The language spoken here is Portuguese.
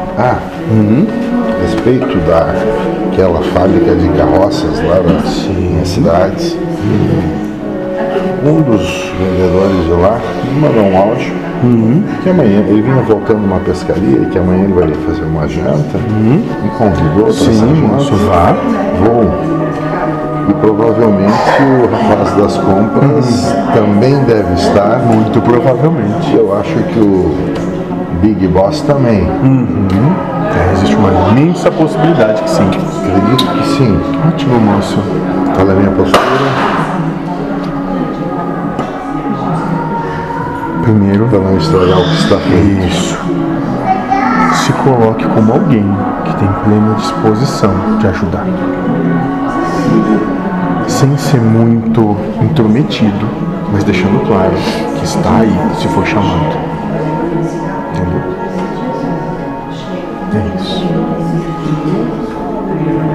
A respeito daquela fábrica de carroças lá nas cidades. Um dos vendedores de lá me mandou um áudio que amanhã ele vinha voltando de uma pescaria e que amanhã ele vai fazer uma janta. Me convidou para essa janta. Vou. E provavelmente o rapaz das compras também deve estar. Muito provavelmente. Eu acho que o Big Boss também. Existe uma imensa possibilidade que sim. Acredito que sim. Ótimo, moço. Qual é a minha postura? Primeiro, Para não estragar o que está feito. isso. Se coloque como alguém que tem plena disposição de ajudar. Sem ser muito intrometido, mas deixando claro que está aí se for chamado. Entendeu? É isso.